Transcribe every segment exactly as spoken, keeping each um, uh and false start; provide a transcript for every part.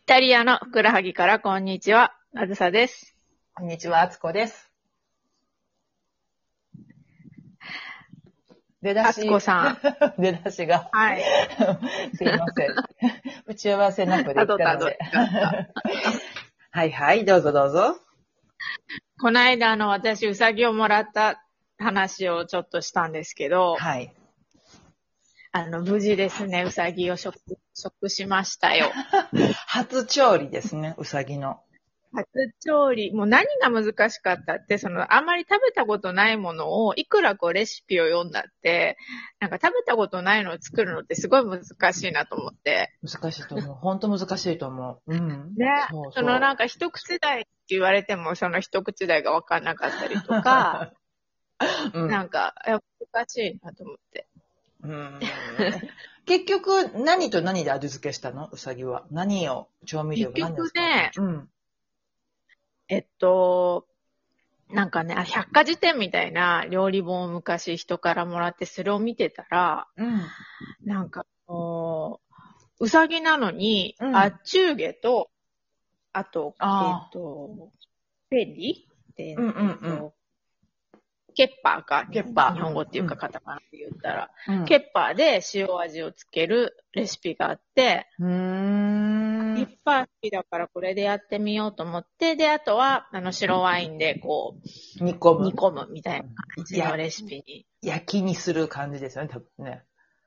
イタリアのふくらはぎからこんにちは、あずさです。 こんにちは、あつこです。出だし。 あつこさん。出だしが。 はい。 すいません。打ち合わせなくでた言ったので。 どたどしかった。 はいはい、どうぞどうぞ。 この間、あの、私、うさぎをもらった話をちょっとしたんですけど、 はい。 あの、無事ですね、うさぎを食、食しましたよ。 初調理ですね、うさぎの。 初調理、もう何が難しかったって、その、あんまり食べたことないものを、いくらこうレシピを読んだって、なんか食べたことないのを作るのってすごい難しいなと思って。 難しいと思う。本当難しいと思う。うん。 ね、 そうそのなんそか一口大って言われても、その一口大が分かんなかったりとか、 う。うん。 なんか、いや難しいなと思って。 うん。結局、何と何で味付けしたのうさぎは。何を、調味料結が何を局ね、 使ったの？うん。 えっと、なんかね、あ百科事典みたいな料理本を昔人からもらって、それを見てたら、 うん。 なんか、おうさぎなのに、 うん。 アッチューゲと、あと、えっああ。 と、ペリで、 うんうんうん。 えっと、ケッパーか、 ケッパー。 日本語っていうかうん。 カタカナって言ったら、 うん。 ケッパーで塩味をつけるレシピがあって、 うーん。 ケッパー好きだからこれでやってみようと思って、で、あとは、あの、白ワインでこう、煮煮込む。 込むみたいな感じのや、 レシピに。 焼きにする感じですよね、多分ね。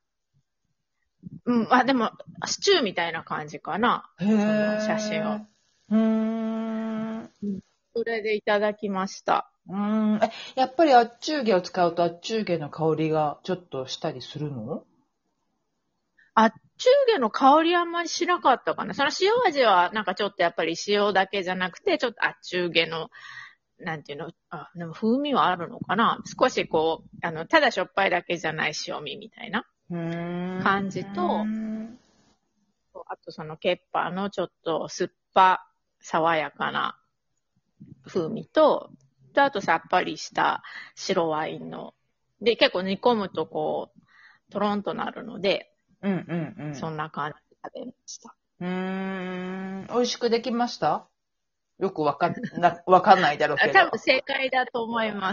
うん、あ、でも、シチューみたいな感じかな。 へその写真を。 ー。うーん。ううん、それでいただきました。 ーん。え、やっぱりアッチューゲを使うとアッチューゲの香りがちょっとしたりするの？ あっちゅうげの香りあんまりしなかったかな。その塩味はなんかちょっとやっぱり塩だけじゃなくて、ちょっとあっちゅうげのなんていうの、あ、でも風味はあるのかな。少しこう、あの、ただしょっぱいだけじゃない塩味みたいなうー感じと、 ん。 あとそのケッパーのちょっと酸っぱ、爽やかな風味と、とあとさっぱりした白ワインの。で、結構煮込むとこう、トロンとなるので、 うんうんうん。 そんな感じで食べました。 うーん。美味しくできました？よくわかんな、わかんないだろうけど。 多分正解だと思います。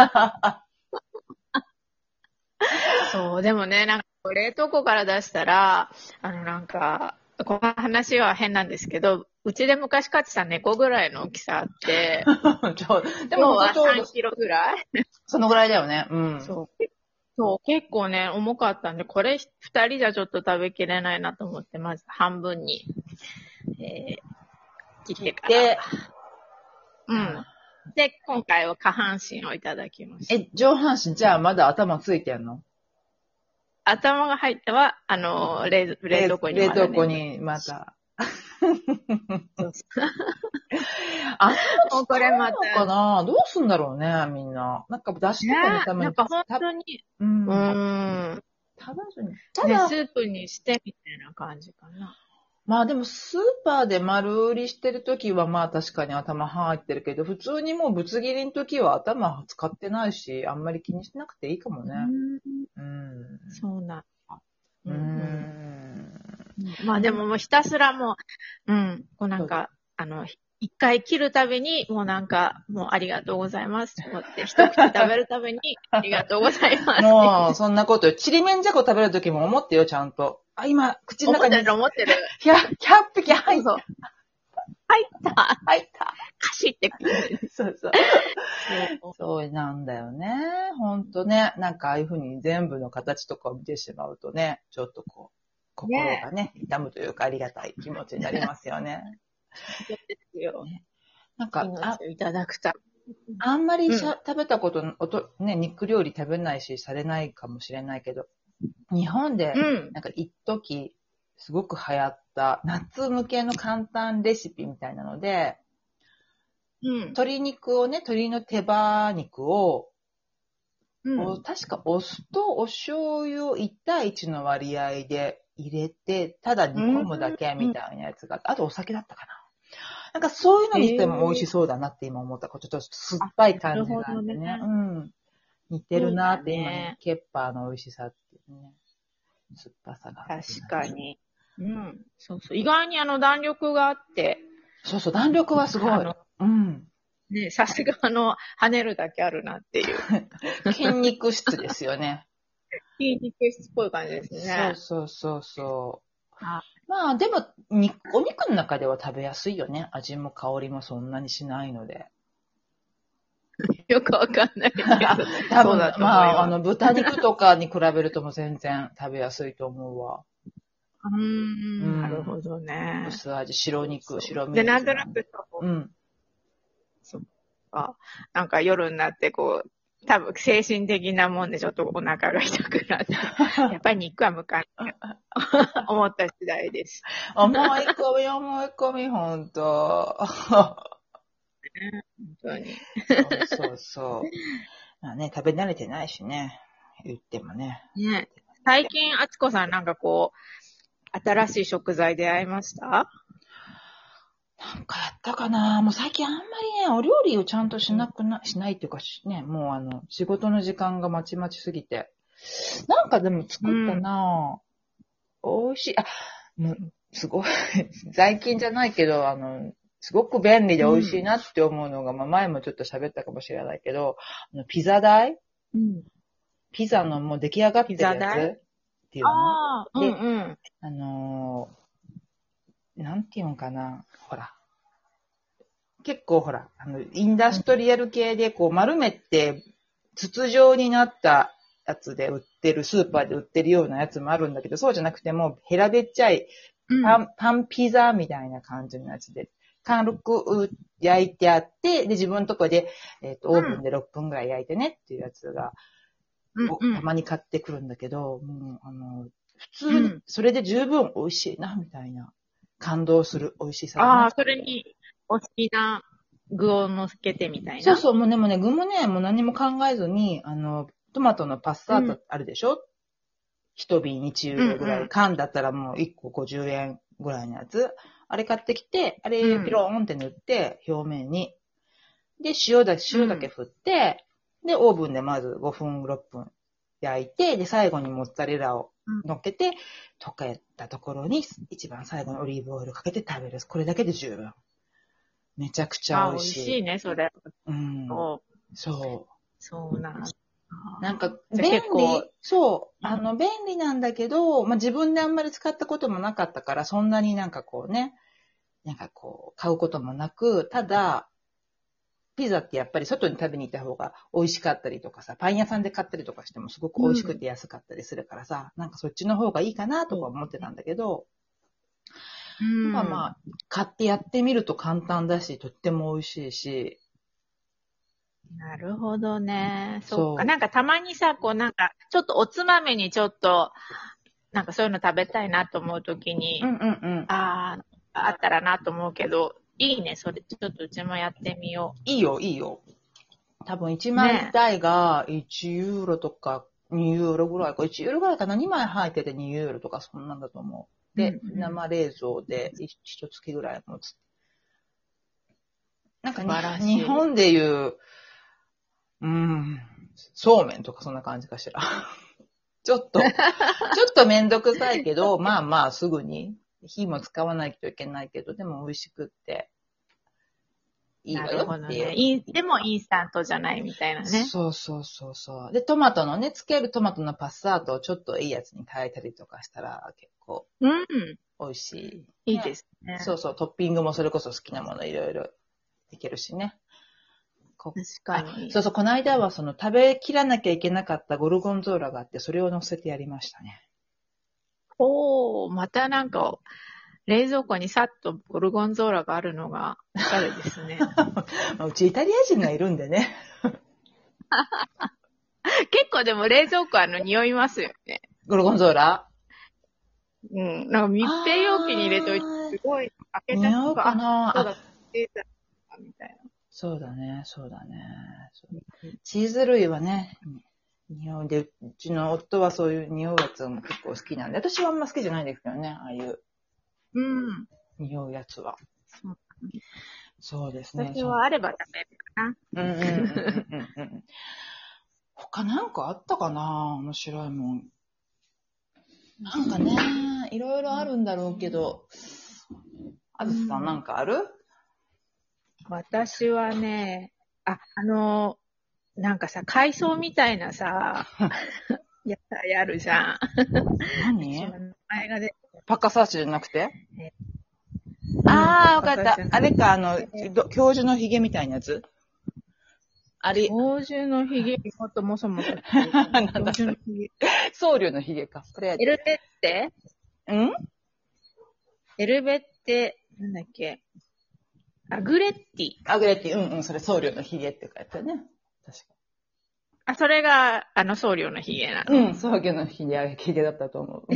そう、でもね、なんか冷凍庫から出したら、あのなんか、この話は変なんですけど、うちで昔飼ってた猫ぐらいの大きさあって、 ちょでも要は本当ちょうど、 さんキロぐらい。 そのぐらいだよね。うん。 そう。そう、結構ね、重かったんで、これ二人じゃちょっと食べきれないなと思って、まず半分に、えー切ってから。 で、 うん。で、今回は下半身をいただきました。 え、上半身、じゃあまだ頭ついてんの？ 頭が入ったは、あの、冷冷凍庫に冷まだ凍庫眠にまた。 そう頭もう使これまうのかた、 な？どうすんだろうね、みんな。なんか出汁ねとかのために、 なんか本た、 当に、 ううん、 ーん。 食べずに。たね、 だ、 スープにしてみたいな感じかな。 まあでもスーパーで丸売りしてるときはまあ確かに頭入ってるけど、普通にもうぶつ切りのときは頭使ってないし、あんまり気にしなくていいかもうね。 ーん。 うん。 そうなんだ。 うーうんうん。 ん。 まあでももうひたすらもう、うん、こうなんか、あの、一回切るたびに、もうなんか、もうありがとうございますと思って、一口食べるたびに、ありがとうございますって。 もう、そんなことよ。ちりめんじゃこ食べるときも思ってよ、ちゃんと。あ、今、口の思って中にる思ってる。 ひゃく匹入った。 そうそう。入った。 入った。 カシってくる。 そうそう。そうなんだよね。ほんとね。なんかああいうふうに全部の形とかを見てしまうとね、ちょっとこう、心がね、痛むというかありがたい気持ちになりますよね。 そうですよ。 ね、なんか、あ、 命をいただくたあんまりしゃ、 うん。 食べたことおと、ね、肉料理食べないし、されないかもしれないけど、日本で、 うん。 なんか一時、すごく流行った夏向けの簡単レシピみたいなので、 うん。 鶏肉をね、鶏の手羽肉を、 うん。 お確かお酢とお醤油をいち対いちの割合で入れて、ただ煮込むだけみたいなやつがあって、あとお酒だったかな。なんかそういうのにしても美味しへえ。 そうだなって今思った。ちょっと酸っあ、 ぱいなる感じほどね。 があってね。うん。似てるいいだなって今ね、 ね。 ケッパーの美味しさっていうね、酸っぱさが確ありました。 かに。 うん。そうそう。意外にあの弾力があって。 そうそう、弾力はすごい。うん。 ね、さすがあの、跳ねるだけあるなっていう。 筋肉質ですよね。 筋肉質っぽい感じですね。 そうそうそうそう。 あ、 まあでも、にお肉の中では食べやすいよね。味も香りもそんなにしないので。 よくわかんないけど。 多分、 そうだと思うよ。 まあ、あの、豚肉とかに比べるとも全然食べやすいと思うわ。 うーん、なるほどね。 薄味、白肉、白身。 で、なんとなくそう、 うん。 そっか。なんか夜になってこう、多分精神的なもんでちょっとお腹が痛くなって、やっぱり肉は向かない思った次第です。 思い込み、思い込み、ほんと。 本当に。 そうそうそう。まあね、食べ慣れてないしね。言ってもね。 ね。最近、あつこさんなんかこう、新しい食材出会いました？ なんかやったかな。もう最近あんまりね、お料理をちゃんとしなくな、しないっていうかね、もうあの、仕事の時間がまちまちすぎて。なんかでも作ったな、うん、美味しい。あ、もう、すごい。最近じゃないけど、あの、すごく便利で美味しいなって思うのが、うん、まあ前もちょっと喋ったかもしれないけど、あのピザ台、うん、ピザのもう出来上がってるやつっていうの。 ああ、うんうん。 あのー、なんていうんかな。ほら。結構ほら、あの、インダストリアル系でこう丸めて筒状になったやつで売ってる、スーパーで売ってるようなやつもあるんだけど、そうじゃなくてもヘラでっちゃいパン、うん、パンピザみたいな感じのやつで、軽く焼いてあって、で、自分のとこで、えっと、オーブンでろっぷんぐらい焼いてねっていうやつが、うん、たまに買ってくるんだけど、もう、あの、普通に、それで十分美味しいな、みたいな。感動する美味しさ、ね。 ああ、それにお好きな具を乗っけてみたいな。 そうそう、もうね、もうね、具もね、もう何も考えずに、あの、トマトのパッサートあるでしょ、うん、一瓶いちユーロぐらい、うんうん、缶だったらもういっこごじゅうえんぐらいのやつ。あれ買ってきて、あれピローンって塗って、表面に。で、塩だ、塩だけ振って、うん、で、オーブンでまずごふん、ろっぷん焼いて、で、最後にモッツァレラを乗っけて、溶けたところに、一番最後にオリーブオイルかけて食べる。これだけで十分。めちゃくちゃ美味しい。 あ、美味しいね、それ。 うん。そう。 そうなんだ。 なんか、便利、そう、あの、便利なんだけど、まあ、自分であんまり使ったこともなかったから、そんなになんかこうね、なんかこう、買うこともなく、ただ、ピザってやっぱり外に食べに行った方が美味しかったりとかさ、パン屋さんで買ったりとかしてもすごく美味しくて安かったりするからさ、うん、なんかそっちの方がいいかなとか思ってたんだけど、うん、まあまあ、買ってやってみると簡単だし、とっても美味しいし、 なるほどね。そっか。なんかたまにさ、こうなんか、ちょっとおつまみにちょっと、なんかそういうの食べたいなと思うときに、 うんうんうん、 ああ、あったらなと思うけど、いいね。それ、ちょっとうちもやってみよう。いいよ、いいよ。多分いちまい台がいちユーロとかにユーロぐらいか、いちユーロぐらいかな、にまい入っててにユーロとかそんなんだと思う。で、うんうん、生冷蔵で一月ぐらい持つ。なんか日本でいう、うん、そうめんとかそんな感じかしら。ちょっと、ちょっとめんどくさいけど、まあまあすぐに、火も使わないといけないけど、でも美味しくって。 いいわよっていう。なるほどね。いい、でもインスタントじゃないみたいなね。 そうそうそうそう。で、トマトのね、つけるトマトのパッサートをちょっといいやつに変えたりとかしたら結構、うん。美味しい。いいですね。 そうそう、トッピングもそれこそ好きなものいろいろいけるしね。 確かに。 そうそう、この間はその食べきらなきゃいけなかったゴルゴンゾーラがあって、それを乗せてやりましたね。 おー、またなんか、冷蔵庫にさっとゴルゴンゾーラがあるのがおしゃれですね。 うちイタリア人がいるんでね。 結構でも冷蔵庫あの匂いますよね。 ゴルゴンゾーラ？ うん。なんか密閉容器に入れといて、すごい開けた匂うかな？ そうだ、みたいな。 そうだね、そうだね。チーズ類はね、匂いで、うちの夫はそういう匂うやつも結構好きなんで、私はあんま好きじゃないんですけどね、ああいう。うん。匂うやつは。そう、そうですね。 私はあれば食べるかな。 うんうんうんうんうん。他なんかあったかな、面白いもん。 なんかね、いろいろあるんだろうけど、あずさんなんかある？ 私はね、あ、あの、なんかさ、海藻みたいなさ、野菜あるじゃん。 何？ 今名前が出てパッカサーチじゃなくて？ ねあー、わかったパッカサーチじゃ。なくてあれか、あの、ど教授のヒゲみたいなやつ？あれ、 教授のひげ、もっともそもそ。 なんだ教授のひげ。 僧侶のヒゲか。これやエルベッテんエルベッテ、なんだっけ。アグレッティ。 アグレッティ、うんうん、それ僧侶のヒゲって書いてあるね。確か。 あ、それが、あの、僧侶のひげなの。 うん、僧侶のヒゲ、ヒゲだったと思う。うん。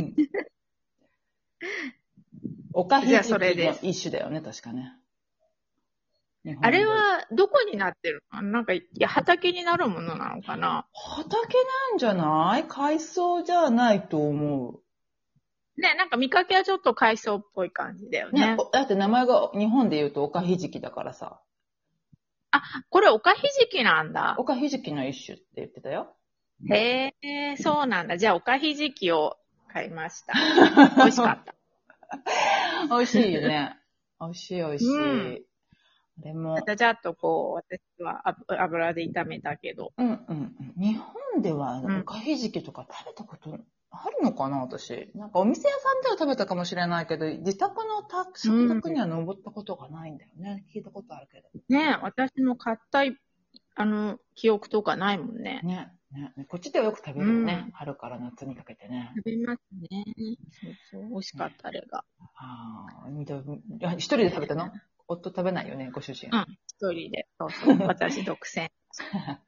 オカヒジキの一種だよね、確かね。 あれは、どこになってるの？なんか、いや、畑になるものなのかな？ 畑なんじゃない？海藻じゃないと思う。 ね、なんか見かけはちょっと海藻っぽい感じだよね。 ね、だって名前が日本で言うとオカヒジキだからさ。 あ、これオカヒジキなんだ。 オカヒジキの一種って言ってたよ。 へえ、そうなんだ。じゃあ、オカヒジキを買いました。美味しかった。 美味しいよね。美味しい美味しい。 うんでも。 またちゃっとこう、私は油で炒めたけど。 うんうんうん。日本ではオカヒジキとか食べたことあるのかな、私。なんかお店屋さんでは食べたかもしれないけど、自宅の食卓には登ったことがないんだよね。うん、聞いたことあるけど。 ねえ、私も買ったい、あの、記憶とかないもんね。 ね。ね。こっちではよく食べるよね。うん、春から夏にかけてね。 食べますね。そうそう。美味しかった、あれが。ああ。一人で食べたの？夫食べないよね、ご主人。 うん、一人で。そうそう。私独占。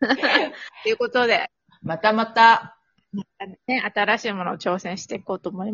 ということで。 またまた。 ね、新しいものを挑戦していこうと思います。